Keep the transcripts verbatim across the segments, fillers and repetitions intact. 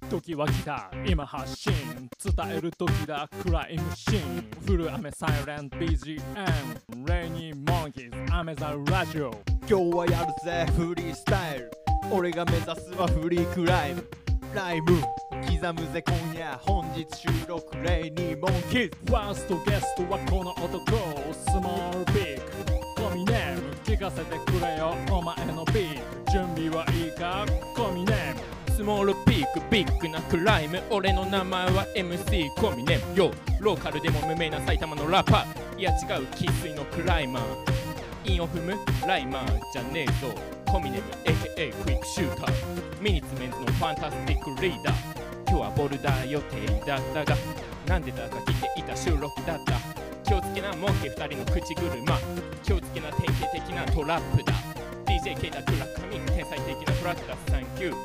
時は来た今発信伝える時だクライムシーンフルアメサイレント ビージーエム レイニーモンキーズアメザラジオ今日はやるぜフリースタイル俺が目指すはフリークライムライム刻むぜ今夜本日収録レイニーモンキーズファーストゲストはこの男スモールビッグコミネーム聞かせてくれよお前のビート準備はいいかコミネームスモールピークビッグなクライム俺の名前は エムシー コミネムよローカルでも無名な埼玉のラッパーいや違う生粋のクライマー韻を踏むライマーじゃねえぞコミネム エーケーエー クイックシューターミニッツメンズのファンタスティックリーダー今日はボルダー予定だったがなんでだか聞いていた収録だった気をつけなモンキーふたりの口車気をつけな典型的なトラップだ ディージェー ケイタクラッカミ天才的なトラックだサンキュー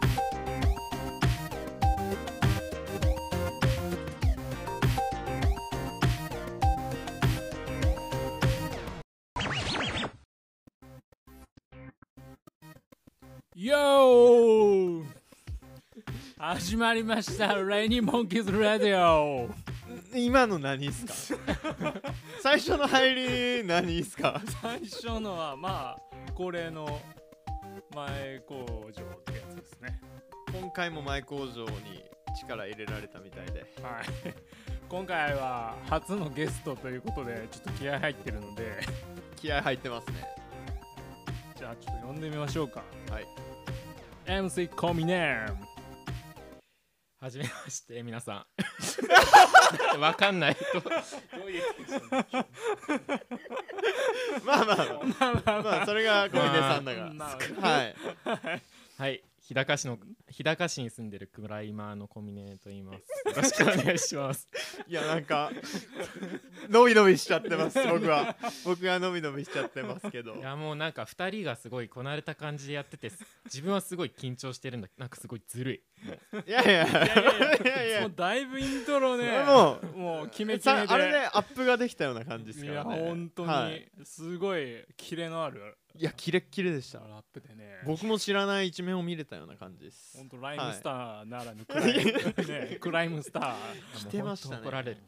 ヨー始まりましたレイニーモンキーズラディオ今の何っすか最初の入り何っすか最初のはまあ恒例の前工場ってやつですね今回も前工場に力入れられたみたいで、 はい、今回は初のゲストということでちょっと気合入ってるので気合入ってますねじゃあちょっと呼んでみましょうかはいエムシー コミネームはじめまして皆さんわかんないとどういうテンションまあまあまあまあ、まあ、それが小峰さんだから、まあ、はいはい日高市の日高市に住んでるクライマーの小峰と言いますよろしくお願いしますいやなんかのびのびしちゃってます僕は僕はのびのびしちゃってますけどいやもうなんかふたりがすごいこなれた感じでやってて自分はすごい緊張してるんだなんかすごいずるいいやいやいやいやいやもうだいぶイントロねもうもう決め決めであれでアップができたような感じですからねいや本当に、はい、すごいキレのあるいやキレッキレでしたラップでね僕も知らない一面を見れたような感じです本当ライムスターならぬクライム、ね、クライムスター来てましたね怒られる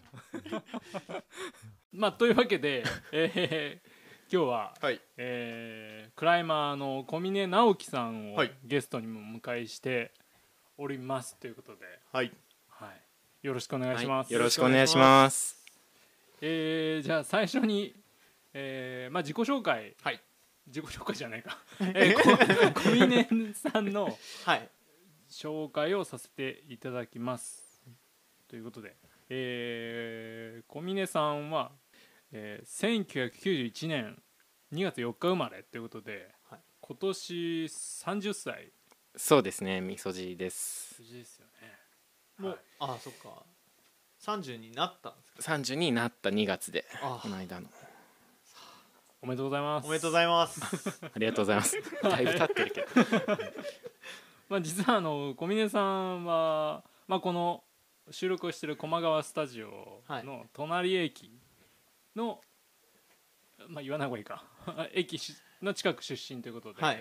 まあというわけで、えー、今日は、 はいえー、クライマーの小峰直樹さんをゲストにもお迎えしておりますということで、 はいはい、よろしくお願いします、 はい、よろしくお願いします、 えー、じゃあ最初に、えーまあ、自己紹介、 はい、 自己紹介じゃないか、えー、小峰さんの紹介をさせていただきますということで、えー、小峰さんは、えー、せんきゅうひゃくきゅうじゅういちねんにがつよっか生まれということで、はい、今年さんじゅっさいそうですねみそじですみそじですよねもう、はい、ああそっかさんじゅうになったんですかさんじゅうになったにがつでこの間のおめでとうございますおめでとうございますありがとうございますだいぶ経ってるけどまあ実はあの小峰さんは、まあ、この収録をしている駒川スタジオの隣駅の、まあ、言わない方がいいか駅の近く出身ということで、はい、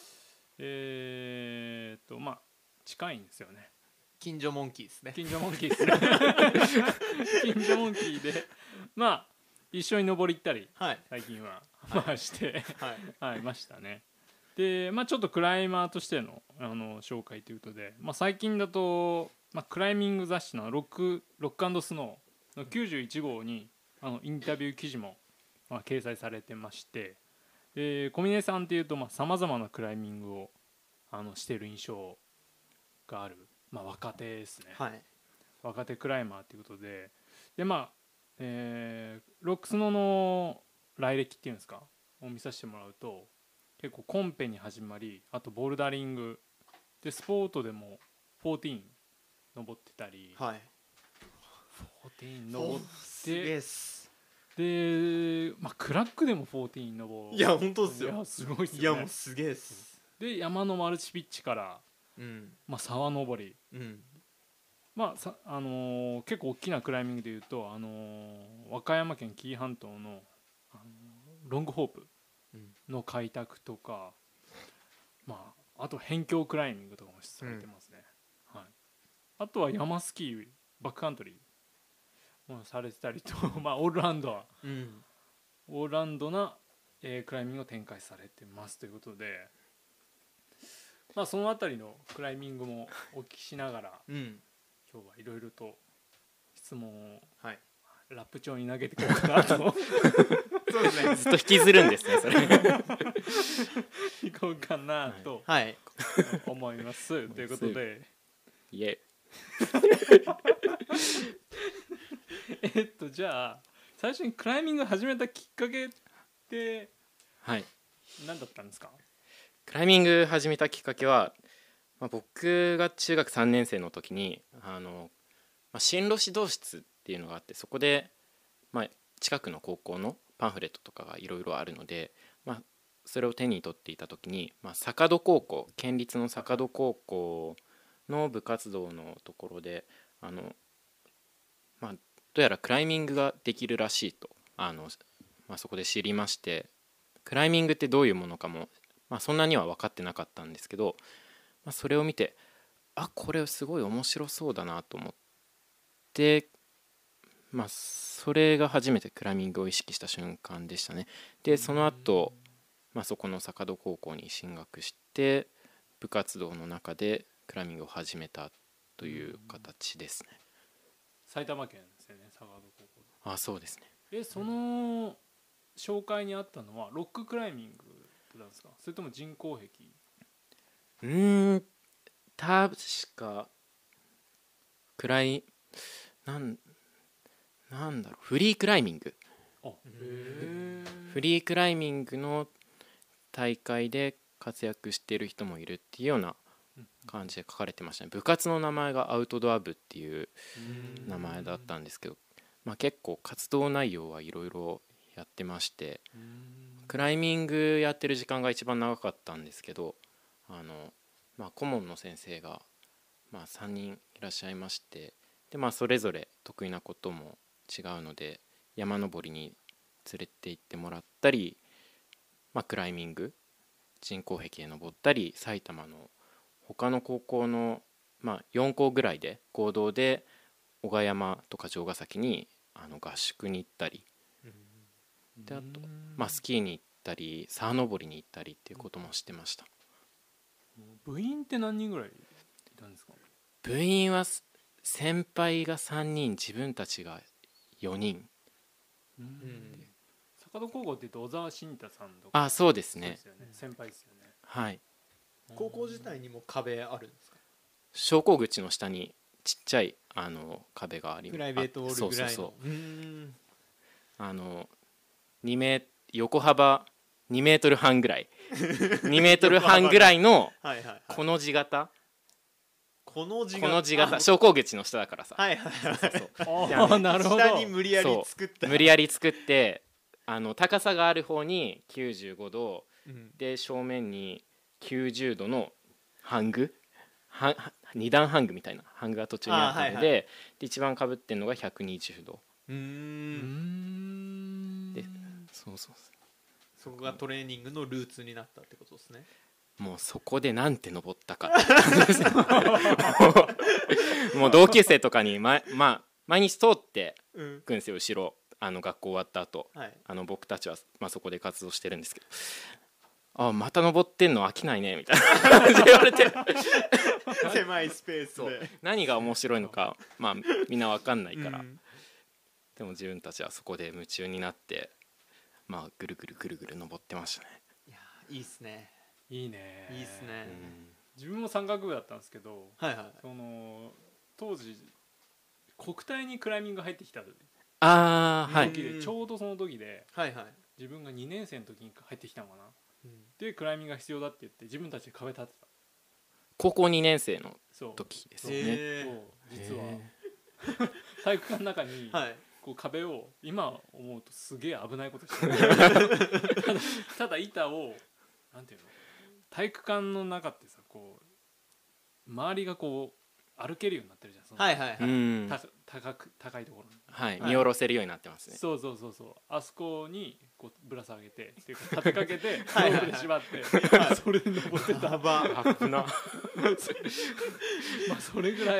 えー、っとまあ近いんですよね近所モンキーですね近所モンキーですね近所モンキーでまあ一緒に登り行ったり、はい、最近は、はい、まあして、はいはい、ましたねで、まあ、ちょっとクライマーとしての、あの紹介ということで、まあ、最近だと、まあ、クライミング雑誌のロック、ロック&スノーのきゅうじゅういち号にあのインタビュー記事も、まあ、掲載されてましてで小峰さんっていうとさまざ、まなクライミングをあのしている印象がある、まあ、若手ですね、はい、若手クライマーということででまあえー、ロックスノの来歴っていうんですかを見させてもらうと結構コンペに始まりあとボルダリングでスポートでもじゅうよん登ってたり、はい、じゅうよん登ってで、まあ、クラックでもじゅうよん登るいや本当ですよいやすごいっすよねいやもうすげえっすで山のマルチピッチから、うんまあ、沢登り、うんまあさあのー、結構大きなクライミングでいうと、あのー、和歌山県紀伊半島 の, あのー、ロングホープの開拓とか、うんまあ、あと辺境クライミングとかもされてますね、うんはい、 あとは山スキーバックカントリーもされてたりとまあオールラウンドは、うん、オールラウンドな、えー、クライミングを展開されてますということで、まあそのあたりのクライミングもお聞きしながら、うん、今日はいろいろと質問を、はい、ラップ調に投げてくるかなとそうですね、ずっと引きずるんですねそれいこうかなと思います、はい、ということでイエえっとじゃあ最初にクライミング始めたきっかけって何だったんですか？はい、 クライミング始めたきっかけは、まあ、僕が中学さんねん生の時にあの、まあ、進路指導室っていうのがあって、そこで、まあ、近くの高校のパンフレットとかがいろいろあるので、まあ、それを手に取っていた時に、まあ、坂戸高校、県立の坂戸高校の部活動のところであの、まあ、どうやらクライミングができるらしいとあの、まあ、そこで知りまして、クライミングってどういうものかも、まあ、そんなには分かってなかったんですけど、まあ、それを見てあこれすごい面白そうだなと思って、まあ、それが初めてクライミングを意識した瞬間でしたね。でその後、まあそこの坂戸高校に進学して部活動の中でクライミングを始めたという形ですね。 埼玉県ですよね、坂戸高校。 あ、そうですね。 えその紹介にあったのはロッククライミングなんですか、それとも人工壁？ うーん確かクライなんなんだろうフリークライミング。あへフリークライミングの大会で活躍している人もいるっていうような感じで書かれてましたね。部活の名前がアウトドア部っていう名前だったんですけど、まあ、結構活動内容はいろいろやってまして、クライミングやってる時間が一番長かったんですけど、あの、まあ、顧問の先生が、まあ、さんにんいらっしゃいまして、で、まあ、それぞれ得意なことも違うので山登りに連れて行ってもらったり、まあ、クライミング人工壁へ登ったり、埼玉の他の高校の、まあ、よん校ぐらいで合同で小川山とか城ヶ崎にあの合宿に行ったり、であと、まあ、スキーに行ったり沢登りに行ったりっていうこともしてました。 部員って何人ぐらいいたんですか？ 部員は先輩がさんにん、自分たちがよにん。 うん、坂戸高校っていうと小沢慎太さんとか。あ、そうですね。 そうですよね、先輩ですよね。 はい。 高校自体にも壁あるんですか？ 昇降口の下にちっちゃいあの壁があります。 プライベートオールぐらいの。 そうそうそう。うーんあのにメ横幅にメートルはんぐらいにメートルはんぐらいのこの字型この字型この字型昇降口の下だからさ、 はいはいはい、そうそうそうあなるほど、 下に無理やり作った無理やり作ってあの高さがある方にきゅうじゅうごど、うん、で正面にきゅうじゅうどのハングに段ハングみたいなハングが途中にあったので、はいはい、で一番かぶってるのがひゃくにじゅうど。うーんでそうそうそこがトレーニングのルーツになったってことですね。 もうそこでなんて登ったかもう同級生とかに、ままあ、毎日通ってくんですよ、後ろあの学校終わった後、はい、あの僕たちは、まあ、そこで活動してるんですけど、あまた登ってんの飽きないねみたいな感じで言われて狭いスペースで何が面白いのか、まあ、みんな分かんないから、うん、でも自分たちはそこで夢中になってまあぐるぐるぐるぐる登ってましたね。 いやいいっすね。 いいねいいっすね、うん、 自分も山岳部だったんですけど、 はいはい、 その当時国体にクライミング入ってきたあー、はい、 時でちょうどその時で、 はいはい、 自分がにねん生の時に入ってきたのかな、うん、でクライミングが必要だって言って自分たちで壁立てた。 高校にねん生の時ですよね。 そう実は体育館の中に、はい、こう壁を今思うとすげえ危ないことしてるただ、ただ板をなんていうの体育館の中ってさこう周りがこう歩けるようになってるじゃん。そのはいはいはい、 た高く高いところに、 はい、見下ろせるようになってますね。 そうそうそうそうあそこにこうぶら下げてっていうか立てかけてロープで縛ってそれで登ってた。 危なまあそれぐらい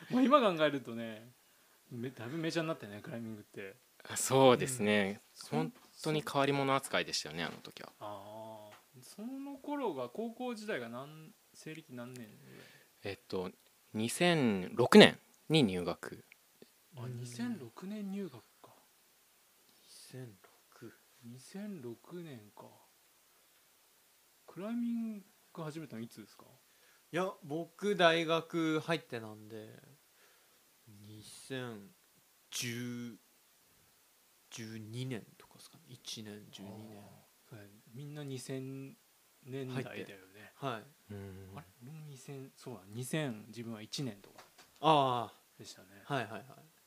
もう今考えるとねだいぶメジャーになってねクライミングって。 そうですね、うん、本当に変わり者扱いでしたよねあの時は。 ああ、その頃が高校時代が何西暦何年？ えっとにせんろくねんに入学。 あ、にせんろくねん入学か。 にせんろくにせんろくねんか。クライミング始めたのいつですか？ いや僕大学入ってなんでにせんじゅう、じゅうにねんとかですかね。いちねんじゅうにねん。 みんなにせんねんだいだよね。 はい。 うんあれ俺もにせんそうだにせん自分はいちねんとかああでしたね。 はいはいはい。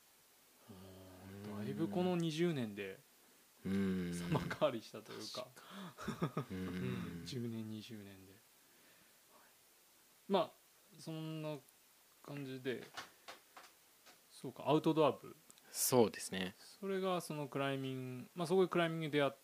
だいぶこのにじゅうねんでうん様変わりしたというかうんじゅうねんにじゅうねんで、まあそんな感じで、そうかアウトドア部、 そうですね。 それがそのクライミング、まあそこでクライミングに出会って、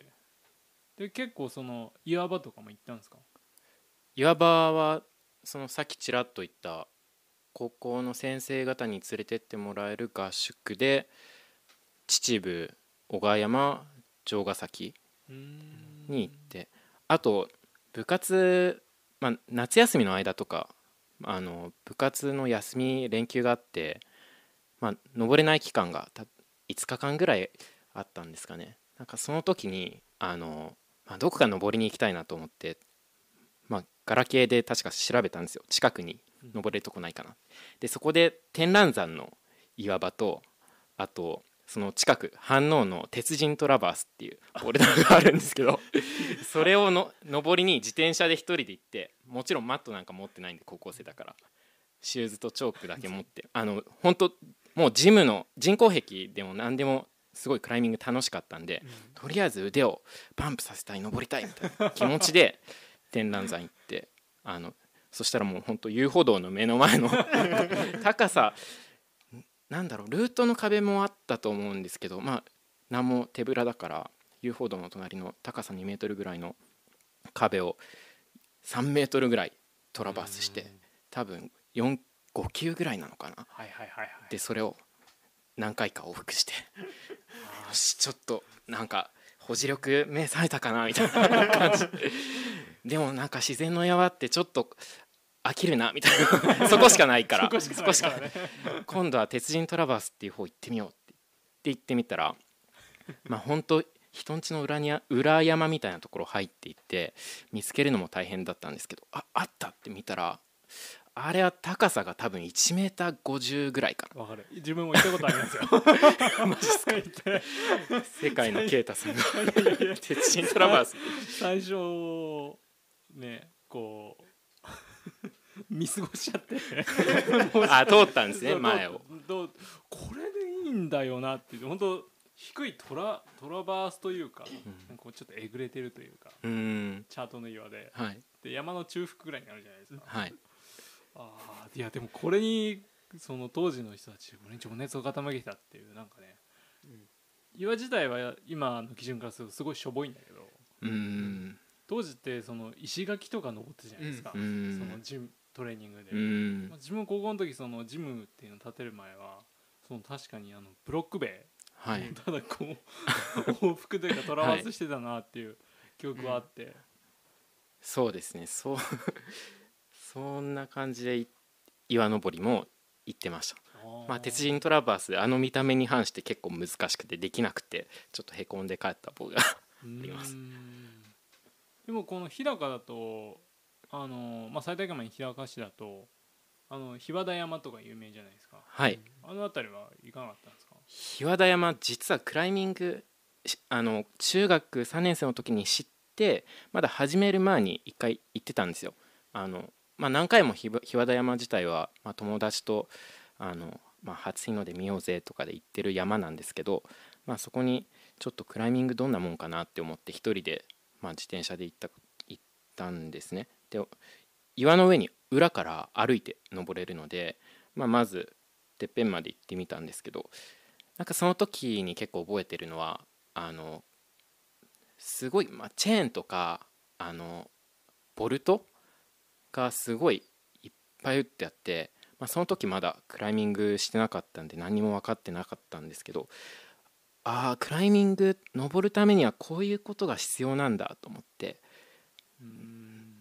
で結構その岩場とかも行ったんですか？ 岩場はそのさっきちらっと言った高校の先生方に連れてってもらえる合宿で秩父、小川山、城ヶ崎に行って、あと部活、まあ、夏休みの間とかあの部活の休み連休があって、まあ、登れない期間がたいつかかんぐらいあったんですかね。なんかその時にあの、まあ、どこか登りに行きたいなと思って、まあ、ガラケーで確か調べたんですよ。近くに登れるとこないかな。でそこで天覧山の岩場と、あとその近く飯能の鉄人トラバースっていうボルダーがあるんですけどそれをの登りに自転車で一人で行って、もちろんマットなんか持ってないんで高校生だからシューズとチョークだけ持ってあの本当もうジムの人工壁でも何でもすごいクライミング楽しかったんで、うん、とりあえず腕をパンプさせたい、登りたいみたいな気持ちで天覧山行って、あのそしたらもう本当遊歩道の目の前の高さなんだろう、ルートの壁もあったと思うんですけど、まあ何も手ぶらだから遊歩道の隣の高さにメートルぐらいの壁をさんメートルぐらいトラバースして、多分よん、ごきゅうぐらいなのかな、 はいはいはいはい、 でそれを何回か往復してよしちょっとなんか保持力目覚めたかなみたいな感じでもなんか自然の山ってちょっと飽きるなみたいなそこしかないからそこしか今度は鉄人トラバースっていう方行ってみようって言ってみたら、まあ本当人んちの裏に裏山みたいなところ入っていって見つけるのも大変だったんですけど、ああったって見たらあれは高さが多分いちメーターごじゅうぐらいかな。 わかる、自分も行ったことありますよマジっすか世界のケイタさんが鉄人トラバース最初ねこう見過ごしちゃってあ通ったんですね前を。 どうこれでいいんだよなって本当低いトラトラバースというか、うん、なんかちょっとえぐれてるというか、うん、チャートの岩で、はい、で山の中腹ぐらいにあるじゃないですか、はい、あいやでもこれにその当時の人たちに情熱を傾けたっていうなんかね、うん、岩自体は今の基準からするとすごいしょぼいんだけど、うん、当時ってその石垣とか登ってたじゃないですか、うん、そのジムトレーニングで、うんまあ、自分高校の時そのジムっていうのを建てる前はその確かにあのブロック塀、はい、ただこう往復というかトラバースしてたなっていう記憶はあって、はいうん、 そうですねそうそんな感じで岩登りも行ってました。まあ、鉄人トラバースあの見た目に反して結構難しくてできなくてちょっとへこんで帰った棒があります。 でもこの日高だとあの、まあ、最大限の日高市だとあの日和田山とか有名じゃないですか。 はいあの辺りは行かなかったんですか？ 日和田山実はクライミングあの中学さんねん生の時に知ってまだ始める前に一回行ってたんですよ。あのまあ、何回も日和田山自体は、まあ、友達とあの、まあ、初日の出見ようぜとかで行ってる山なんですけど、まあ、そこにちょっとクライミングどんなもんかなって思って一人で、まあ、自転車で行った、行ったんですね。で岩の上に裏から歩いて登れるので、まあ、まずてっぺんまで行ってみたんですけど、なんかその時に結構覚えてるのはあのすごい、まあ、チェーンとかあのボルトがすごいいっぱい打ってあって、 まあ、その時まだクライミングしてなかったんで何も分かってなかったんですけど、ああクライミング登るためにはこういうことが必要なんだと思って、うん、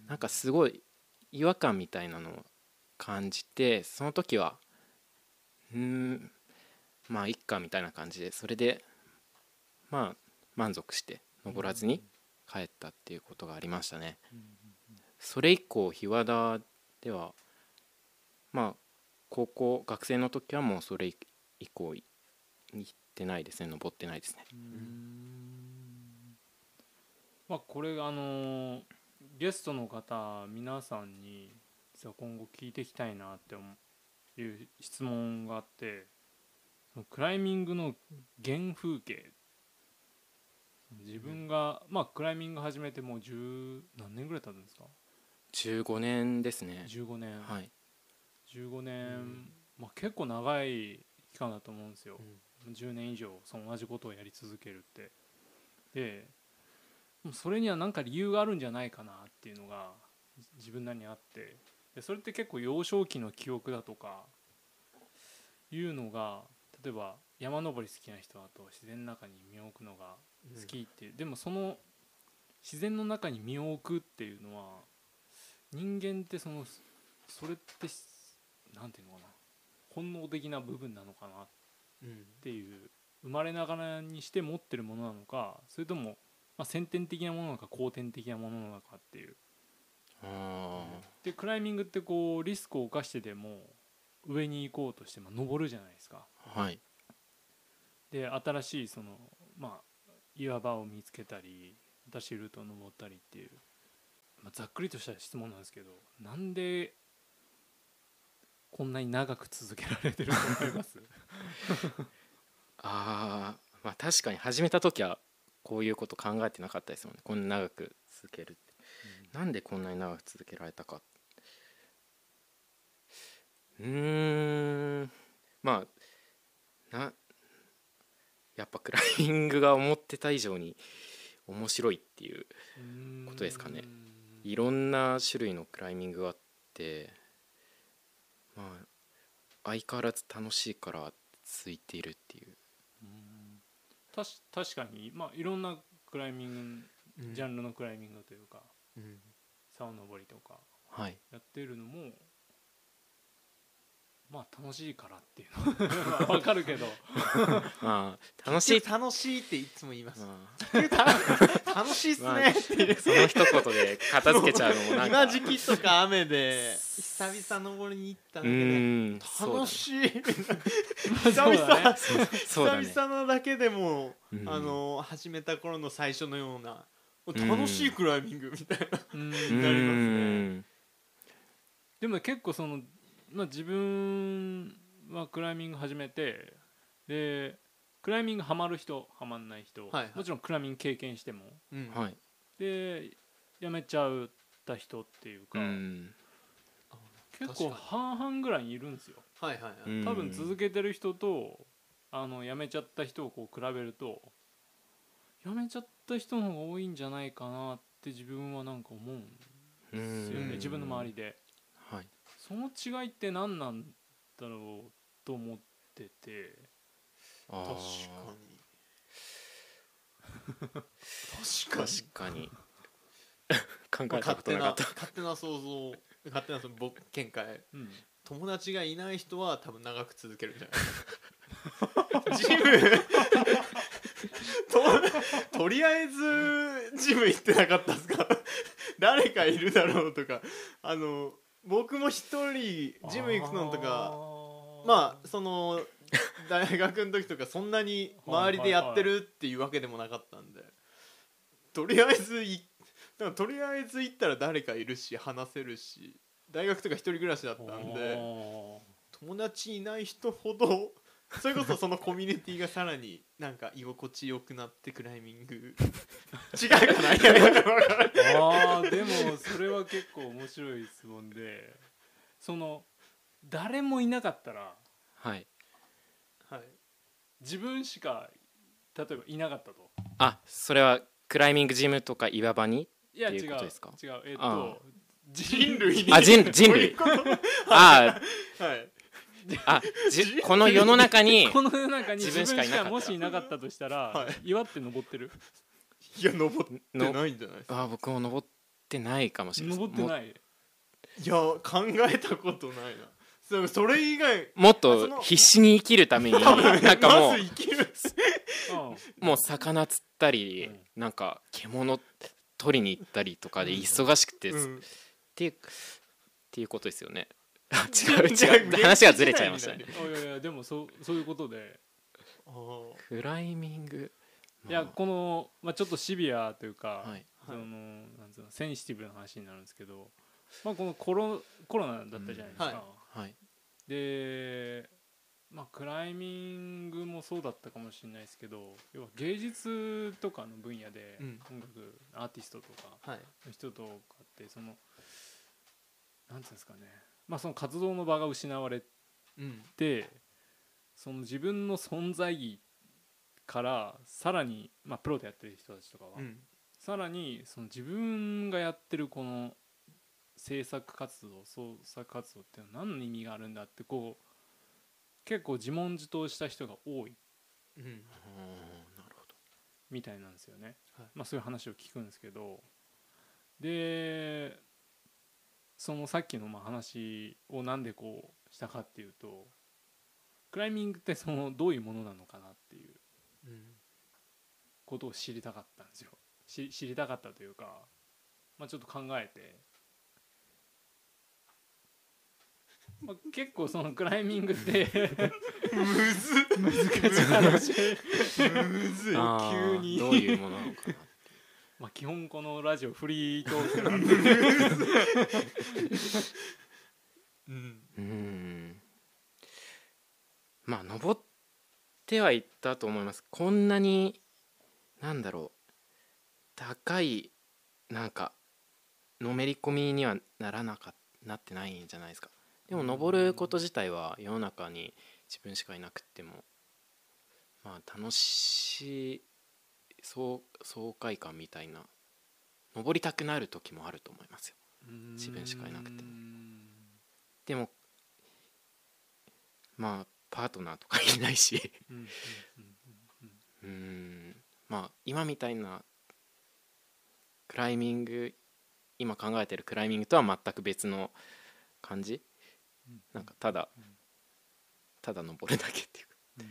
なんかすごい違和感みたいなのを感じて、その時はうーんまあいっかみたいな感じで、それでまあ満足して登らずに帰ったっていうことがありましたね。それ以降日和田ではまあ高校学生の時はもうそれ以降行ってないですね、登ってないですね。うーん、 まあこれあのゲストの方皆さんに実は今後聞いていきたいなっていう質問があって、クライミングの原風景、自分がまあクライミング始めてもう十何年ぐらい経つんですか？ じゅうごねんですね。 じゅうごねん、 はい、 じゅうごねん、うん、まあ、結構長い期間だと思うんですよ、うん、じゅうねん以上その同じことをやり続けるって。でそれには何か理由があるんじゃないかなっていうのが自分なりにあって、でそれって結構幼少期の記憶だとかいうのが、例えば山登り好きな人だと自然の中に身を置くのが好きっていう、うん、でもその自然の中に身を置くっていうのは人間ってそのそれってなんていうのかな、本能的な部分なのかなっていう、生まれながらにして持ってるものなのか、それともまあ先天的なものなのか後天的なものなのかっていう。あでクライミングってこうリスクを冒してでも上に行こうとしてまあ登るじゃないですか。 はい、 で新しいそのまあ岩場を見つけたり新しいルートを登ったりっていう、まあ、ざっくりとした質問なんですけど、なんでこんなに長く続けられてると思いますあ、まあ確かに始めた時はこういうこと考えてなかったですもんね。こんな長く続けるって、うん、なんでこんなに長く続けられたか。うーんまあなやっぱクライミングが思ってた以上に面白いっていうことですかね。いろんな種類のクライミングがあって、まあ相変わらず楽しいから続いているっていう。 うん、たし確かに、まあ、いろんなクライミング、うん、ジャンルのクライミングというか、うん、沢登りとかやってるのも、はい、まあ楽しいからっていうのは分かるけどまあ楽しい楽しいっていつも言います、まあ、楽しいっすねっていう、まあ、 その一言で片付けちゃうのもなんか今時期とか雨で久々登りに行っただけで楽しい久々、ね、久々のだけでも、あの始めた頃の最初のような楽しいクライミングみたいななりますね。 でも結構そのまあ、自分はクライミング始めて、でクライミングハマる人ハマんない人、はいはい、もちろんクライミング経験しても、うん、でやめちゃった人っていうか、うん、結構半々ぐらいにいるんですよ、はいはいはい、多分続けてる人とあのやめちゃった人をこう比べるとやめちゃった人の方が多いんじゃないかなって自分はなんか思うんですよね、自分の周りで。はい、その違いって何なんだろうと思ってて。 確かに確かに考えたことなかった。 勝手な想像、勝手なその僕見解、うん、友達がいない人は多分長く続けるんじゃないですかジムと, とりあえずジム行ってなかったですか誰かいるだろうとか、あの僕も一人ジム行くのとか、まあその大学の時とかそんなに周りでやってるっていうわけでもなかったんで、とりあえずいだからとりあえず行ったら誰かいるし話せるし、大学とか一人暮らしだったんで友達いない人ほどそれこそそのコミュニティがさらになんか居心地よくなってクライミング違いかないあーでもそれは結構面白い質問で、その誰もいなかったら、 はいはい、自分しか例えばいなかったと。 あ、それはクライミングジムとか岩場にっていうことですか？ いや違う違う、えっと人類にあ 人, 人類あはいあじこの世の中にこの世の中に自自分し分しかいなかったかもしいなかったとしたら、 はい岩って登ってる？ いや登ってないんじゃないですか。 あ僕も登ってないかもしれないも登ってない。 いや考えたことないな。そそれ以外もっと必死に生きるためになんかもまず生きるうんうもう魚釣ったりうんなんか獣取りに行ったりとかで忙しくて、 うんっていうっていうことですよね。あ違う違う話がずれちゃいましたね。 いやいやでもそうそういうことで、 あークライミング、 いやこの、まあ、ちょっとシビアというか、 はいそのなんつうのセンシティブな話になるんですけど、まあ、このコロコロナだったじゃないですか、 うんはいはいで、まあ、クライミングもそうだったかもしれないですけど、要は芸術とかの分野でうん音楽、アーティストとかはいの人とかってそのなんていうんですかね、まあ、その活動の場が失われうんて、その自分の存在意義からさらに、まあ、プロでやってる人たちとかは、 うんさらにその自分がやってるこの制作活動創作活動っていうのは何の意味があるんだってこう結構自問自答した人が多いうんなるほど。 みたいなんですよね、 はいまあ、そういう話を聞くんですけど、でそのさっきのまあ話をなんでこうしたかっていうと、クライミングってそのどういうものなのかなっていううんことを知りたかったんですよ。し知りたかったというか、まあ、ちょっと考えて、まあ、結構そのクライミングってむず難しい話むずいあー急にどういうものなのかな。 まあ基本このラジオフリートークなんでうんうーんまあ登ってはいったと思います。こんなになんだろう高いなんかのめり込みにはならなかなってないんじゃないですか。でも登ること自体は世の中に自分しかいなくってもまあ楽しい爽爽快感みたいな登りたくなる時もあると思いますよ。自分しかいなくてもでもまあパートナーとかいないしうんうんうんうーんまあ今みたいなクライミング今考えてるクライミングとは全く別の感じうんなんかただただ登るだけっていうかうん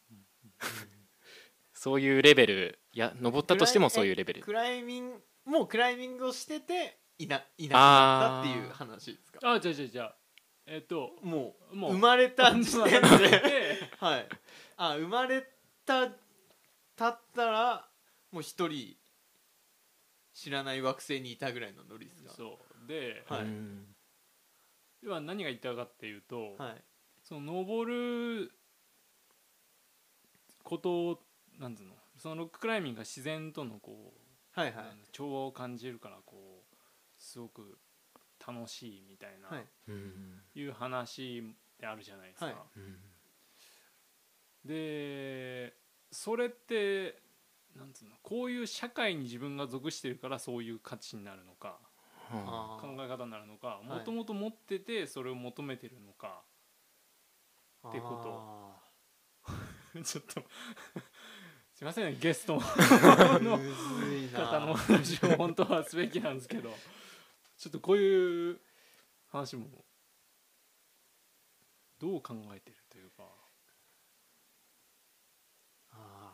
そういうレベルいや登ったとしてもそういうレベルクライミングもうクライミングをしてていないなくなったっていう話ですか。 あじゃあじゃあじゃあえっともうもう生まれた時点でではいあ生まれたたったらもう一人知らない惑星にいたぐらいのノリですか。 そうで、 はいうん要は何が言ったかっていうと、 はいその登ることをなんつうのそのロッククライミングが自然とのこう、 はいはい調和を感じるからこうすごく楽しいみたいな、 はいうんい、う話ってあるじゃないですか、 はいうんでそれってなんつうのこういう社会に自分が属してるからそういう価値になるのかはあー考え方になるのかいもともと持っててそれを求めてるのか、ってこあちょっとすいませんねゲストのーむずいな方の話を本当はすべきなんですけどちょっとこういう話もどう考えてるというかあ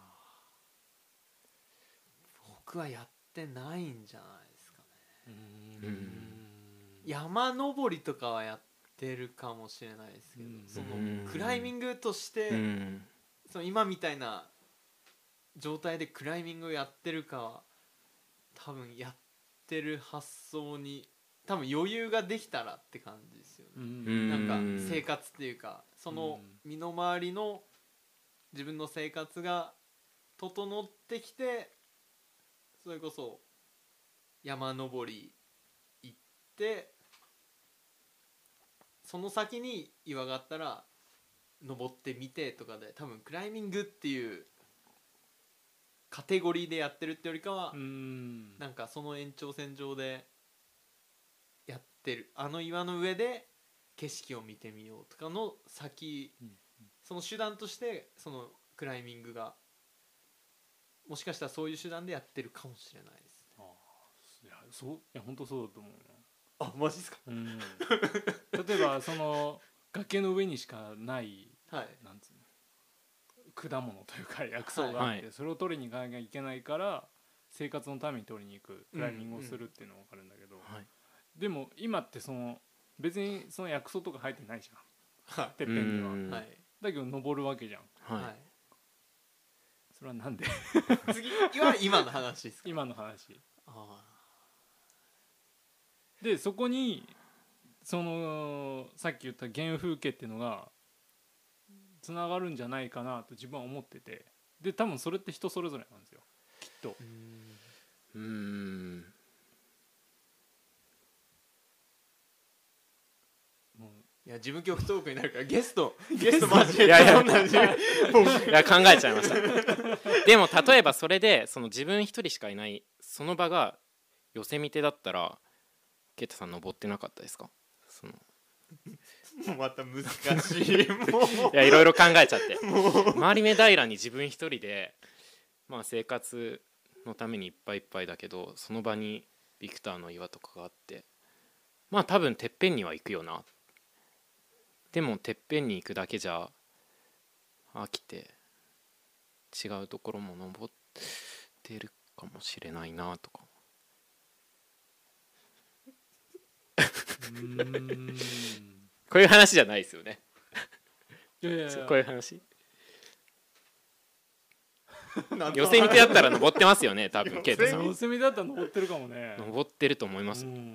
ー僕はやってないんじゃないですかね。 うーうん山登りとかはやってるかもしれないですけど、 うんそのうんクライミングとして、 うんその今みたいな状態でクライミングをやってるかは多分やってる発想に多分余裕ができたらって感じですよね。 うんなんかうん生活っていうかその身の回りの自分の生活が整ってきてそれこそ山登り行ってその先に岩があったら登ってみてとかで多分クライミングっていうカテゴリーでやってるってよりかはうんなんかその延長線上でやってるあの岩の上で景色を見てみようとかの先、 うん、 その手段としてそのクライミングがもしかしたらそういう手段でやってるかもしれないです、ね、 あいやそういや本当そうだと思うなあマジですか、 うん、例えばその崖の上にしかない、 はい、 なんつうの果物というか薬草があって、はい、それを取りに行かなきゃいけないから生活のために取りに行くクライミングをするっていうのは分かるんだけど、うんうん、でも今ってその別にその薬草とか入ってないじゃん、はい、てっぺんには、はい、だけど登るわけじゃん、はい、それはなんで次は今の話ですか今の話あでそこにそのさっき言った原風景っていうのがつながるんじゃないかなと自分は思っててで多分それって人それぞれなんですよきっとうーんもういや事務局トークになるからゲストゲスト交えていやいやいや考えちゃいましたでも例えばそれでその自分一人しかいないその場がヨセミテだったらケイタさん登ってなかったですかそのまた難しいもういやいろいろ考えちゃって周り目平に自分一人で、まあ、生活のためにいっぱいいっぱいだけどその場にビクターの岩とかがあってまあ多分てっぺんには行くよなでもてっぺんに行くだけじゃ飽きて違うところも登ってるかもしれないなとかうーんこういう話じゃないですよねいやいやいやこういう話ヨセミテだったら登ってますよね多分ケイタさんヨセミテだったら登ってるかもね登ってると思います、うんうん、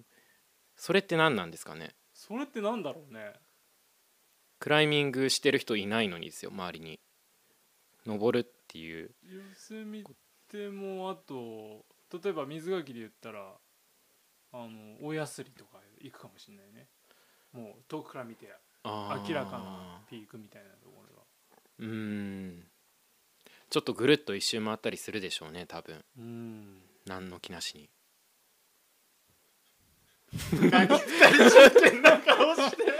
それって何なんですかねそれってなんだろうねクライミングしてる人いないのにですよ周りに登るっていうヨセミテもあと例えば水垣で言ったらあの大やすりとか行くかもしれないねもう遠くから見て明らかなピークみたいなところがうーんちょっとぐるっと一周回ったりするでしょうね多分うん何の気なしに何二人真剣な顔して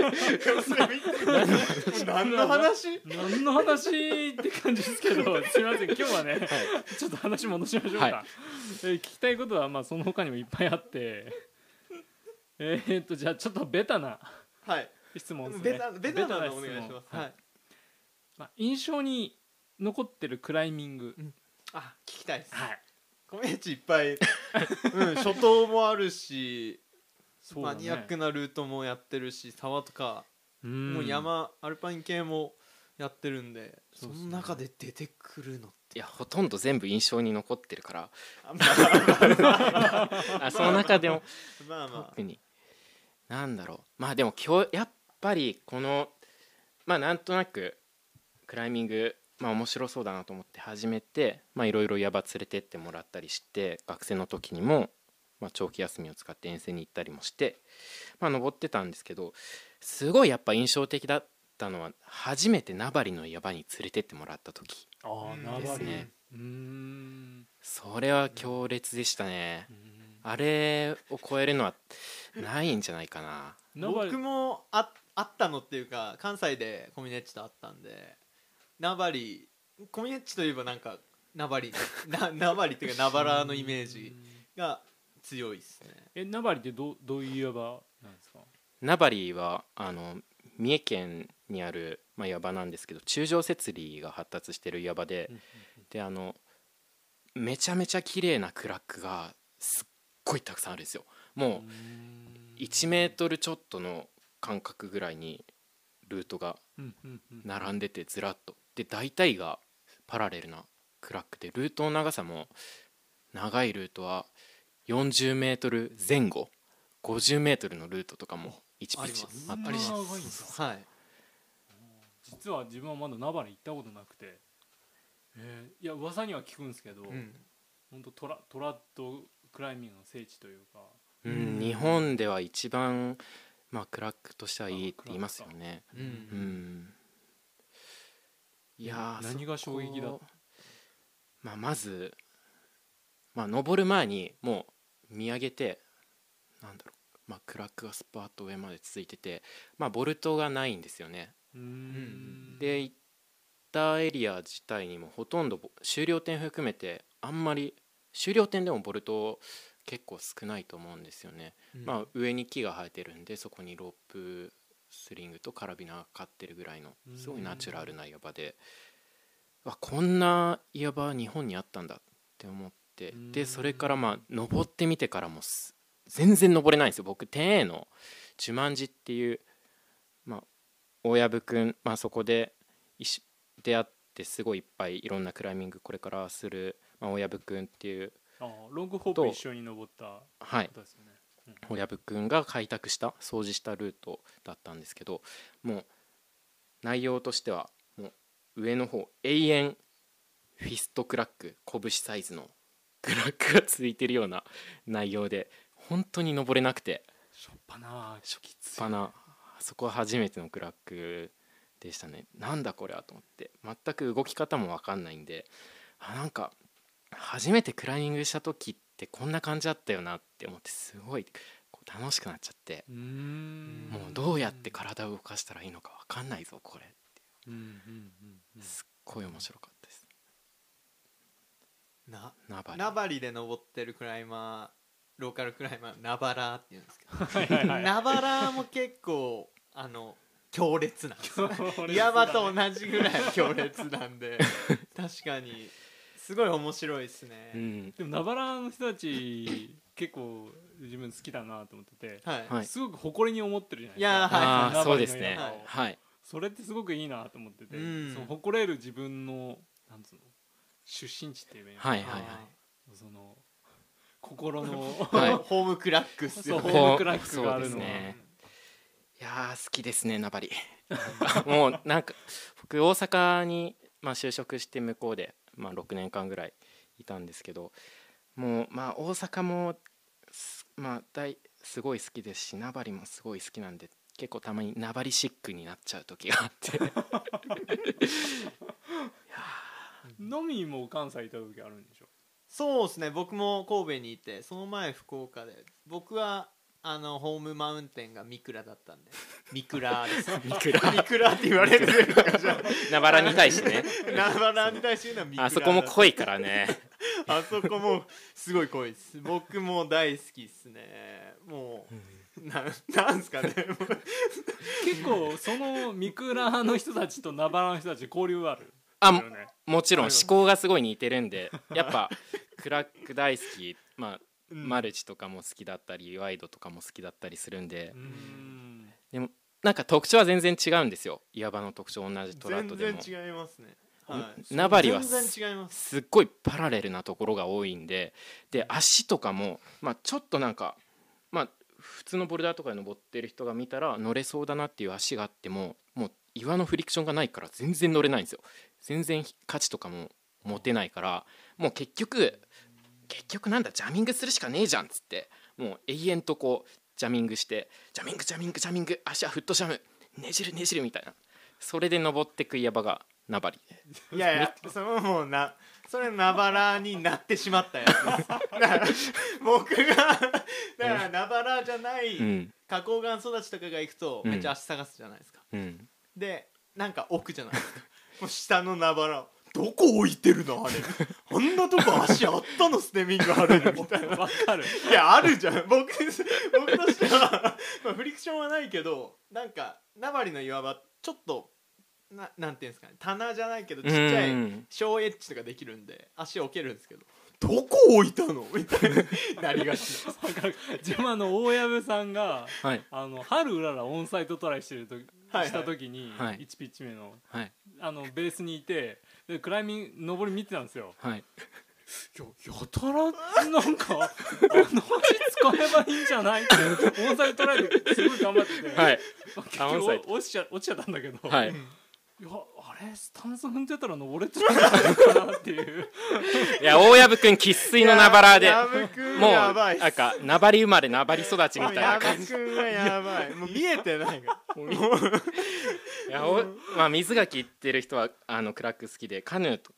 何の話何の話って感じですけどすみません今日はね、はい、ちょっと話戻しましょうか、はい、え聞きたいことはまあその他にもいっぱいあってえー、っとじゃあちょっとベタな質問ですね、 はい、ベタ、ベタなのお願いします、はいまあ、印象に残ってるクライミング、うん、 あ聞きたいです、 はい、 コミュニティいっぱい、うん、初冬もあるしそうだね、マニアックなルートもやってるし沢とかもう山アルパイン系もやってるんでその中で出てくるのっていやほとんど全部印象に残ってるからあその中でもまあまあ特になんだろうまあでも今日やっぱりこのまあなんとなくクライミングまあ面白そうだなと思って始めてまあいろいろ山連れてってもらったりして学生の時にもまあ長期休みを使って遠征に行ったりもしてまあ登ってたんですけどすごいやっぱ印象的だったのは初めて名張の山に連れてってもらった時ですね。うーんそれは強烈でしたね。あれを超えるのはないんじゃないかな。 僕も あ, あったのっていうか関西でコミネッチとあったんで名張コミネッチといえばなんか名張な名張っていうか名原のイメージが強いですね。 え名張って ど, どういう山なんですか。 名張はあの三重県にある、まあ、岩場なんですけど柱状節理が発達してる岩場で、であのめちゃめちゃ綺麗なクラックがすっごいたくさんあるんですよ。もういちメートルちょっとの間隔ぐらいにルートが並んでてずらっとで大体がパラレルなクラックでルートの長さも長いルートはよんじゅうメートルぜん後ごじゅうメートルのルートとかもいちピッチあったりします。 はい、実は自分はまだ名張行ったことなくて、えー、いや噂には聞くんですけど、うん、本当トラトラッドクライミングの聖地というか、 うん、日本では一番、まあ、クラックとしてはいいって言いますよね。うんうん、いや何が衝撃だった、 まあ、まず、まあ、登る前にもう見上げてなんだろうまあ、クラックがスパーッと上まで続いてて、まあ、ボルトがないんですよね。 うーんで行ったエリア自体にもほとんど終了点含めてあんまり終了点でもボルト結構少ないと思うんですよね、うん、まあ上に木が生えてるんでそこにロープスリングとカラビナがかかってるぐらいのすごいナチュラルな岩場で、あこんな岩場日本にあったんだって思って、でそれからまあ登ってみてからも全然登れないんですよ。僕天栄のジュマンジっていう、まあ、大藪くん、まあ、そこで出会ってすごいいっぱいいろんなクライミングこれからする、まあ、大藪くんっていう、 あロングホープ一緒に登ったことですよね、はい、大藪くんが開拓した掃除したルートだったんですけど、もう内容としてはもう上の方永遠フィストクラック拳サイズのクラックがついてるような内容で本当に登れなくて、 しょっぱなしょっぱなそこは初めてのクラックでしたね。なんだこれはと思って、全く動き方も分かんないんで、あなんか初めてクライミングした時ってこんな感じだったよなって思って、すごいこう楽しくなっちゃって、うーんもうどうやって体を動かしたらいいのか分かんないぞこれっていう、うんうんうんうん、すっごい面白かったです。 なナバリナバリで登ってるクライマー、ローカルクライマーナバラっていうんですけどはいはい、はい、ナバラも結構あの強烈なんです岩場と同じぐらい強烈なんで確かにすごい面白いですね、うん、 でもナバラの人たち結構自分好きだなと思ってて、はい、すごく誇りに思ってるじゃないですか。いや、 はい、あそうですね、はい、 それってすごくいいなと思ってて、うん、その誇れる自分のなんつうの出身地っていうね、 はいはいはい、 その心の、 はい、ホームクラックっすよね。ホームクラックがあるのは、ね、 いや好きですねナバリもうなんか僕大阪に、まあ、就職して向こうで、まあ、ろくねんかんぐらいいたんですけど、もうまあ大阪もまあ大すごい好きですし、ナバリもすごい好きなんで、結構たまにナバリシックになっちゃう時があっていやノミも関西いた時あるんでしょ。 そうですね、僕も神戸にいて、その前福岡で、僕はあのホームマウンテンが三倉だったんで三倉です三倉三倉って言われるのかじゃナバラに対してねナバラに対して言うのは三倉、 あそこも濃いからねあそこもすごい濃いです。僕も大好きですね。もうななんすかね結構その三倉の人たちとナバラの人たち交流ある。 あ も, もちろん思考がすごい似てるんでやっぱクラック大好き、まあうん、マルチとかも好きだったりワイドとかも好きだったりするんで、うんでもなんか特徴は全然違うんですよ。岩場の特徴同じトラットでも全然違いますね、はい、 ナバリはすっごいパラレルなところが多いんで、で足とかも、まあ、ちょっとなんか、まあ、普通のボルダーとかで登ってる人が見たら乗れそうだなっていう足があっても、もう岩のフリクションがないから全然乗れないんですよ。全然価値とかも持てないから、もう結局結局なんだジャミングするしかねえじゃんっつって、もう永遠とこうジャミングしてジャミングジャミングジャミング足はフットジャムねじるねじるみたいな、それで登ってく岩場がナバリ。 いやいやそのもうなそれナバラになってしまったやつですだから僕がだからナバラじゃない花崗岩育ちとかが行くとめっちゃ足探すじゃないですか、うん、でなんか奥じゃないですかもう下のナバラどこ置いてるのあれあんなとこ足あったのステミングあるみたいな。 わかる。 いやあるじゃん僕僕としては、まあ、フリクションはないけどなんかナバリの岩場ちょっとななんていうんですかね、棚じゃないけどちっちゃい小エッジとかできるんで足置けるんですけど、どこ置いたのみたいになりがちだ自分あの大藪さんが、はい、あの春うららオンサイトトライしてると、はいはい、した時に、はい、いちピッチ目の、はい、あのベースにいてでクライミング登り見てたんですよ、はい、いや, やたらなんかあの足使えばいいんじゃないってオンサイトトライですごい頑張ってて、はい、結局落ちちゃ落ちちゃったんだけど、はい、いやあれスタンス踏んでたら登れてたのかなっていういや大藪くん生粋のナバラーでもうなんかナバリ生まれナバリ育ちみたいな感じ。 藪くんはやばいもう見えてないからいやお、まあ、水垣行ってる人はあのクラック好きでカヌーとか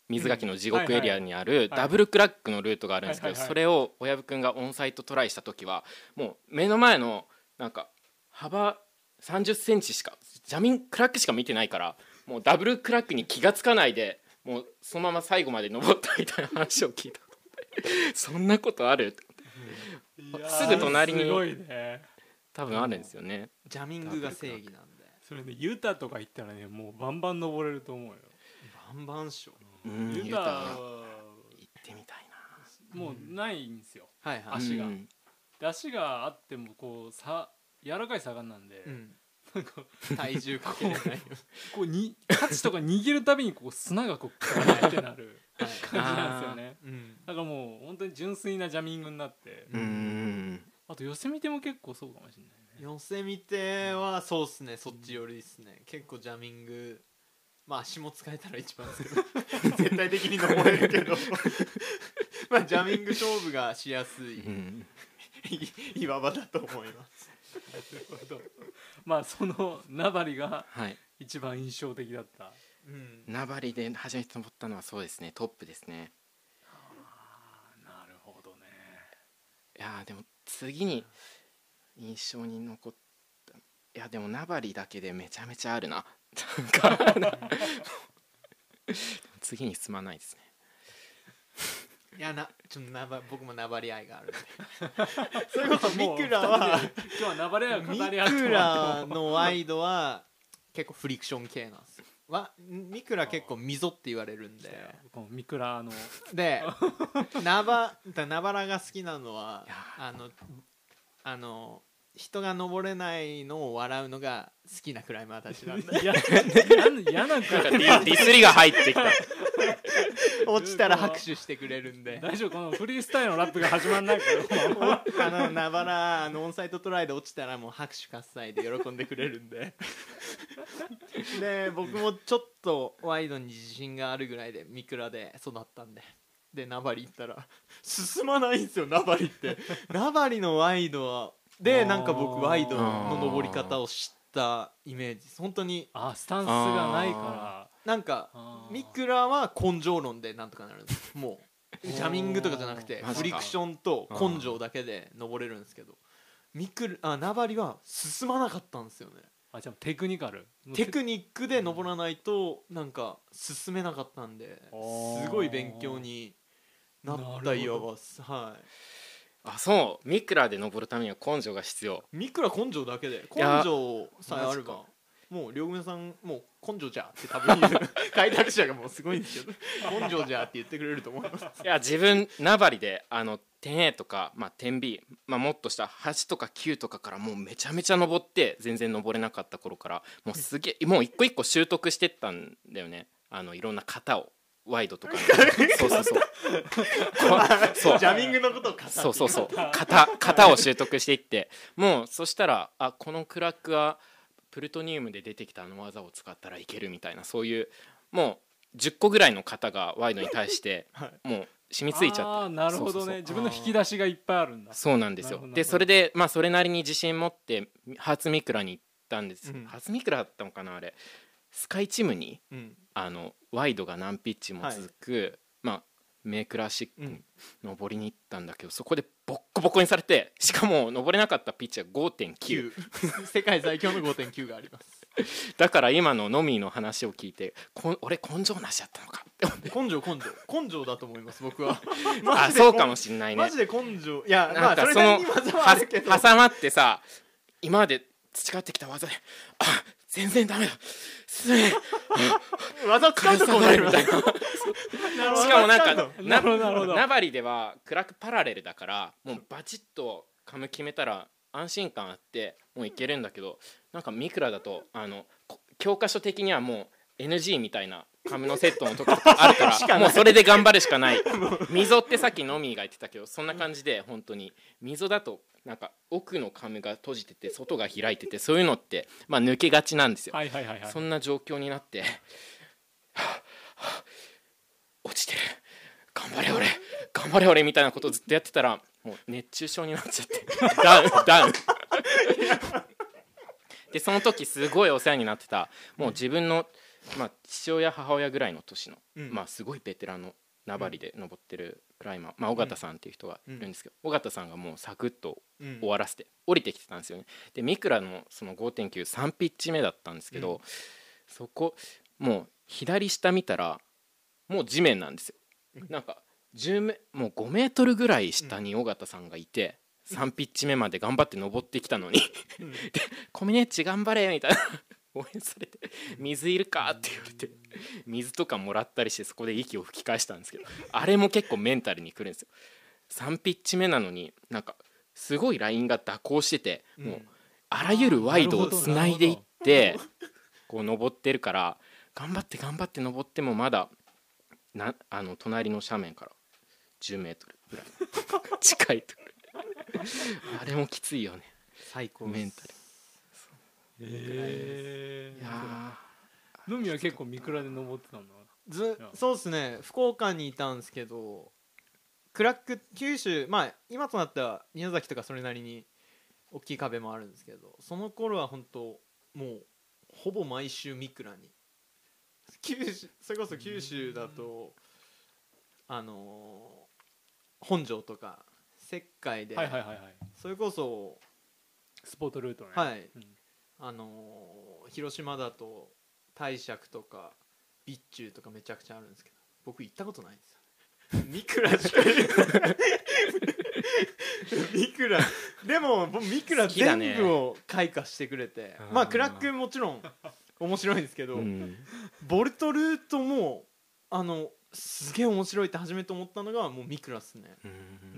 水垣の地獄エリアにあるダブルクラックのルートがあるんですけど、それを親分くんがオンサイトトライした時はもう目の前のなんか幅さんじゅっセンチしかジャミンクラックしか見てないから、もうダブルクラックに気がつかないでもうそのまま最後まで登ったみたいな話を聞いたそんなことあるってすぐ隣に多分あるんですよね。 ジャミングが正義なんで、 それでユタとか行ったらねもうバンバン登れると思うよ。 バンバンっしょ。 ユタは行ってみたいな。もうないんですよ、 はいはい、 足が、うん、で足があってもこうさ柔らかい魚なんで、うん、なんか体重かけれないよこうにハチとか握るたびにこう砂がこうガーってなる感じなんですよね、うん、だからもう本当に純粋なジャミングになって、うん、あとヨセミテも結構そうかもしれないね。 ヨセミテはそうっすね、そっち寄りですね、結構ジャミング、まあ足も使えたら一番ですけど絶対的に登れるけどまあジャミング勝負がしやすい、うん、岩場だと思いますなるほど。まあその名張が一番印象的だった、はい、 うん、名張で初めて登ったのはそうですね、トップですね。 ああなるほどね。 いやでも次に印象に残った、いやでも名張だけでめちゃめちゃあるな次に進まないですねいやなちょっとなば僕も名張愛があるんでそれこそミクラは今日は名張愛を語り合ってミクラのワイドは結構フリクション系なんですよ。わミクラ結構溝って言われるんで、 ミクラので名張名張が好きなのはあのあの人が登れないのを笑うのが好きなクライマーたちなんで嫌なクライマーディスりが入ってきた落ちたら拍手してくれるんで大丈夫、このフリースタイルのラップが始まんないからあの名原あのオンサイトトライで落ちたらもう拍手喝采で喜んでくれるんでで僕もちょっとワイドに自信があるぐらいでミクラで育ったんでで名張行ったら進まないんですよ。名張って名張のワイドはでなんか僕ワイドの登り方を知ったイメージです。本当にあスタンスがないからなんかミクラは根性論でなんとかなるんです。もうジャミングとかじゃなくてフリクションと根性だけで登れるんですけど、ミクラあ名張は進まなかったんですよね。 あじゃあテクニカルテクニックで登らないとなんか進めなかったんですごい勉強になった岩場です。はい。 あそうミクラで登るためには根性が必要。 ミクラ根性だけで根性さえあればもう両組さんもう根性じゃって多分開拓者がもうすごいんですけど根性じゃって言ってくれると思います。 いや自分名張であの テンエー とか、まあ、テンビー、まあ、もっとしたはちとかきゅうとかからもうめちゃめちゃ登って全然登れなかった頃からもうすげえもう一個一個習得してったんだよね。あのいろんな型をワイドとかそうそうそうそうジャミングのことを型そうそうそう型型を習得していってもうそしたらあこのクラックはプルトニウムで出てきたあの技を使ったらいけるみたいなそういうもうじゅっこぐらいの型がワイドに対してもう染みついちゃって、 あなるほどね。そうそうそう自分の引き出しがいっぱいあるんだ。 そうなんですよ。でそれでまあそれなりに自信持って初ミクラに行ったんです、うん、初ミクラだったのかなあれスカイチムに、うん、あのワイドが何ピッチも続く、はい、まあメイクラシックに登りに行ったんだけど、うん、そこでボッコボコにされてしかも登れなかったピッチは ごてんきゅう 世界最強の ごてんきゅう がありますだから今のノミーの話を聞いてこ俺根性なしだったのかって根性根性根性だと思います僕はあそうかもしんないね。 マジで根性いやなんかその挟まってさ今まで培ってきた技であ全然ダメだすげえ技使うとこうなるみたいなしかもなんか名張ではクラックパラレルだからもうバチッとカム決めたら安心感あってもういけるんだけどなんかミクラだとあの教科書的にはもう エヌジー みたいなカムのセットのとこあるからもうそれで頑張るしかない溝ってさっきノミーが言ってたけどそんな感じで本当に溝だとなんか奥のカムが閉じてて外が開いててそういうのってまあ抜けがちなんですよ、 はいはいはいはい、 そんな状況になってはあ、はあ、落ちてる頑張れ俺頑張れ俺みたいなことをずっとやってたらもう熱中症になっちゃってダウンダウンでその時すごいお世話になってたもう自分のまあ、父親母親ぐらいの年の、 うん、 まあ、すごいベテランの名張で登ってるクライマー、まあ、尾形さんっていう人がいるんですけど、尾形さんがもうサクッと終わらせて降りてきてたんですよね。でミクラのその ごてんきゅうさんピッチ目だったんですけど、うん、そこもう左下見たらもう地面なんですよ。なんかじゅうメもうごメートルぐらい下に尾形さんがいて、うん、さんピッチ目まで頑張って登ってきたのにでコミネッチ頑張れみたいな応援されて水いるかって言われて水とかもらったりしてそこで息を吹き返したんですけど、あれも結構メンタルにくるんですよ。さんピッチ目なのになんかすごいラインが蛇行してて、もうあらゆるワイドをつないでいってこう登ってるから、頑張って頑張って登ってもまだなあの隣の斜面からじゅうメートルぐらい近いとあれもきついよね、 最高メンタル。 えー、いやのみは結構三倉で登ってたんだ。 ずそうですね、福岡にいたんですけど、クラック九州、まあ今となっては宮崎とかそれなりに大きい壁もあるんですけど、その頃は本当もうほぼ毎週三倉に、九州それこそ九州だとあのー、本庄とか石灰で、 はいはいはいはい、 それこそスポートルートね、 はい、 うん、 あのー、広島だと大釈とか備中とかめちゃくちゃあるんですけど、僕行ったことないんですよ三倉しか三倉でも僕三倉全部を開花してくれて、ね、まあクラックもちろん面白いんですけど、うん、ボルトルートもあのすげえ面白いって初めて思ったのがもう三倉っすね。うん、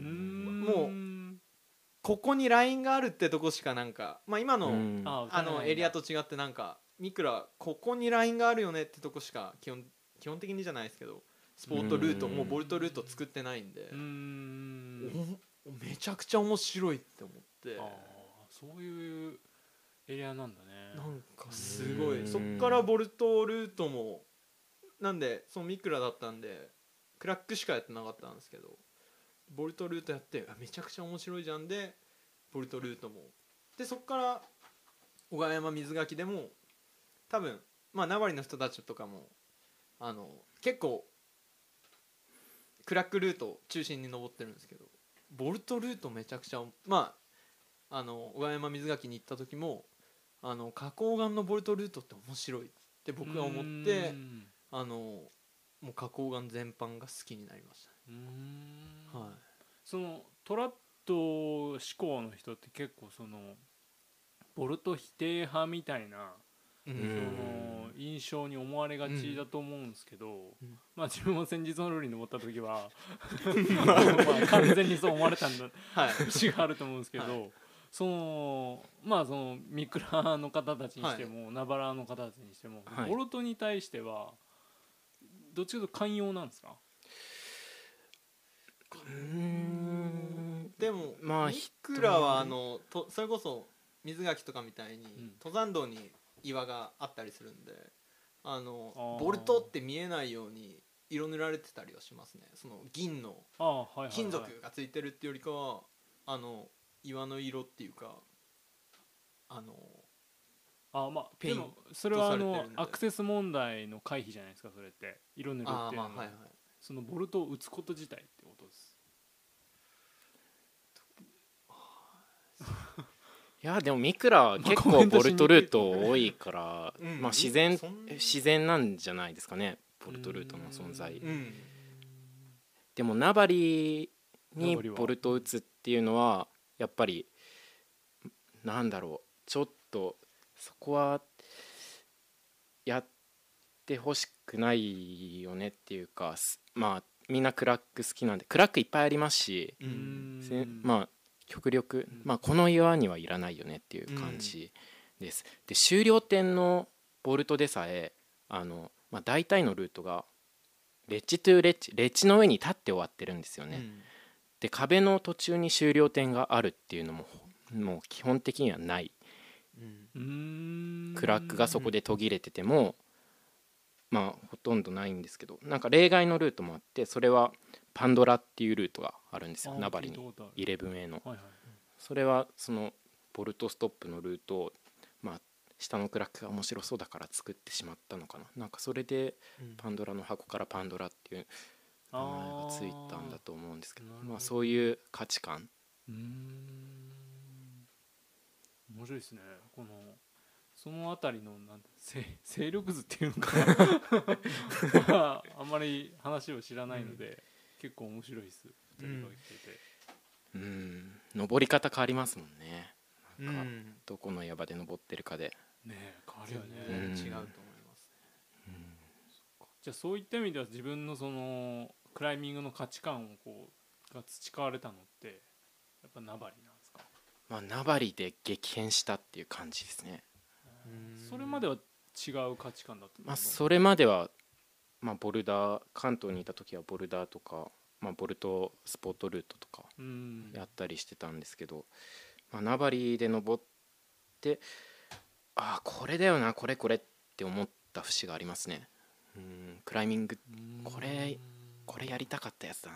もうここにラインがあるってとこしかなんか、まあ、今の、うん、あのエリアと違ってなんか三倉ここにラインがあるよねってとこしか基本基本的にじゃないですけどスポートルートもうボルトルート作ってないんで、うーんめちゃくちゃ面白いって思って、 あそういうエリアなんだね。 なんかすごいそっからボルトルートもなんでその三倉だったんでクラックしかやってなかったんですけど、ボルトルートやってめちゃくちゃ面白いじゃんでボルトルートもで、そっから小川山水垣でも多分まあ名張の人たちとかもあの結構クラックルートを中心に登ってるんですけど、ボルトルートめちゃくちゃまああの小川山水垣に行った時もあの花崗岩のボルトルートって面白いって僕は思ってあのもう花崗岩全般が好きになりました、ね、うーん、はい、 そのトラッド志向の人って結構そのボルト否定派みたいなその印象に思われがちだと思うんですけど、うん、まあ自分も先日のルールに登った時はまあ完全にそう思われたんだ節があると思うんですけど、はい、そのまあその三倉の方たちにしても、はい、ナバラの方たちにしても、はい、ボルトに対してはどっちかというと寛容なんですか？ うーんでも、まあ、三倉はあのとそれこそ水垣とかみたいに、うん、登山道に岩があったりするんであのボルトって見えないように色塗られてたりはしますね。その銀の金属がついてるっていうよりかはあの岩の色っていうかあのあまあペイントでもそれはあのアクセス問題の回避じゃないですか。それって色塗るっていうのは、あ、まあはいはい、そのボルトを打つこと自体ってことです。 いやでも三倉は結構ボルトルート多いから、うん、まあ自然自然なんじゃないですかね、ボルトルートの存在、うん、でも名張にボルトを打つっていうのはやっぱりなんだろう、ちょっとそこはやってほしくないよねっていうか、まあみんなクラック好きなんでクラックいっぱいありますし、うん、まあ極力、まあ、この岩にはいらないよねっていう感じです、うん、で終了点のボルトでさえあの、まあ、大体のルートがレッジトゥレッジレッジの上に立って終わってるんですよね、うん、で壁の途中に終了点があるっていうのももう基本的にはない、うん、クラックがそこで途切れててもまあほとんどないんですけど、なんか例外のルートもあって、それはパンドラっていうルートがあるんですよ、名張に イレブンエー の、はいはい、それはそのボルトストップのルートを、まあ、 下のクラックが面白そうだから作ってしまったのかな。なんかそれでパンドラの箱からパンドラっていう名前がついたんだと思うんですけど、まあそういう価値観。 うーん面白いですね。このそのあたりのなん勢力図っていうのかなまあ、あんまり話を知らないので、うん、結構面白いですふたりが言ってて、 うん、うん登り方変わりますもんね。なんか、うん、どこの山で登ってるかでね変わるよね、 うん、違うと思いますね、 うん、そっか。じゃあそういった意味では自分のそのクライミングの価値観をこうが培われたのってやっぱ名張なんですか？ まあ名張で激変したっていう感じですね。 それまでは違う価値観だった、 まあ、それまでは、まあ、ボルダー関東にいた時はボルダーとか、まあ、ボルトスポートルートとかやったりしてたんですけど、まあ、名張で登ってああこれだよなこれこれって思った節がありますね。うんクライミングこれこれやりたかったやつだなって。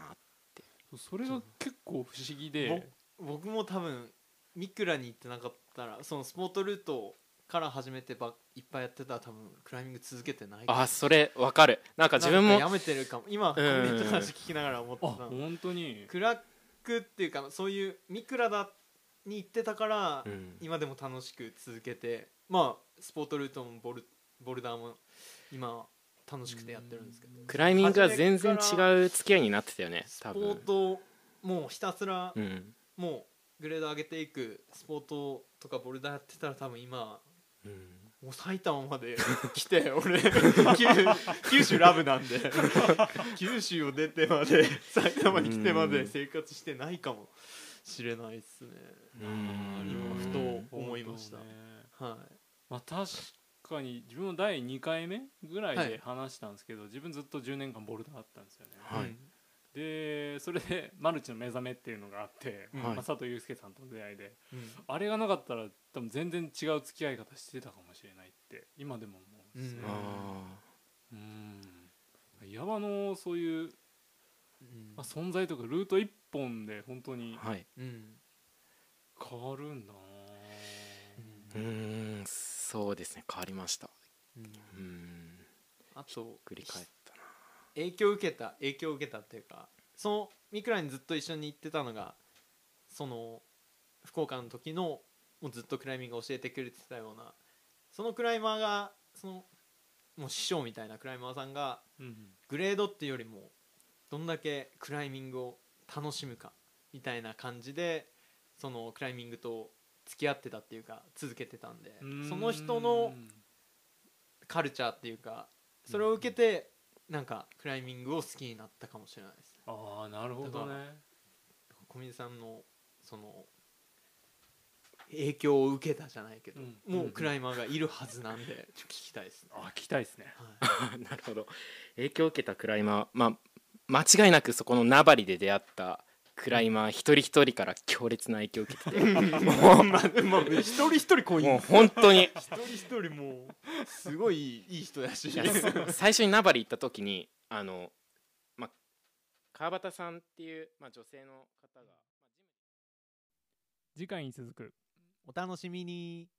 それが結構不思議で、 僕も多分三倉に行ってなかったらそのスポートルートから始めてばいっぱいやってたら多分クライミング続けてない。 あそれわかる。なんか自分もやめてるかも今コメントの話聞きながら思ってた。 本当にクラックっていうかそういう三倉だに行ってたから、うん、今でも楽しく続けてまあスポートルートもボル、ボルダーも今楽しくてやってるんですけど、 クライミングは全然違う付き合いになってたよね。 多分スポートもうひたすら、うん、もうグレード上げていくスポートとかボルダーやってたら多分今、うん、もう埼玉まで来て俺九州ラブなんで九州を出てまで埼玉に来てまで生活してないかもしれないですね。今ふと思いました、ね。はい。 まあ確かに自分もだいにかいめぐらいで話したんですけど、はい、自分ずっとじゅうねんかんボルダーだったんですよね。はい、でそれでマルチの目覚めっていうのがあって、はい、まあ、佐藤祐介さんとの出会いで、うん、あれがなかったら多分全然違う付き合い方してたかもしれないって今でも思うんですね。うんうん山のそういう、うんまあ、存在とかルート一本で本当に変わるんだな。 うん、うんそうですね変わりました。うんうんあと繰り返ったな。 影響を受けた影響を受けたっていうかその三倉にずっと一緒に行ってたのがその福岡の時のもうずっとクライミングを教えてくれてたようなそのクライマーがそのもう師匠みたいなクライマーさんがグレードっていうよりもどんだけクライミングを楽しむかみたいな感じでそのクライミングと付き合ってたっていうか続けてたんでその人のカルチャーっていうかそれを受けてなんかクライミングを好きになったかもしれないですね。 ああなるほどね。 小水さんのその影響を受けたじゃないけど、うん、もうクライマーがいるはずなんでちょっと聞きたいですね。 あ聞きたいですね、 はい、なるほど。影響を受けたクライマー、まあ、間違いなくそこの名張で出会ったクライマー一人一人から強烈な影響を受けててもう、 まあまあ、一人一人こういうもう本当に一人一人もうすごいいい人やし最初に名張行った時にあの、まあ、川端さんっていう、まあ、女性の方が、まあ、 次回に続くお楽しみに。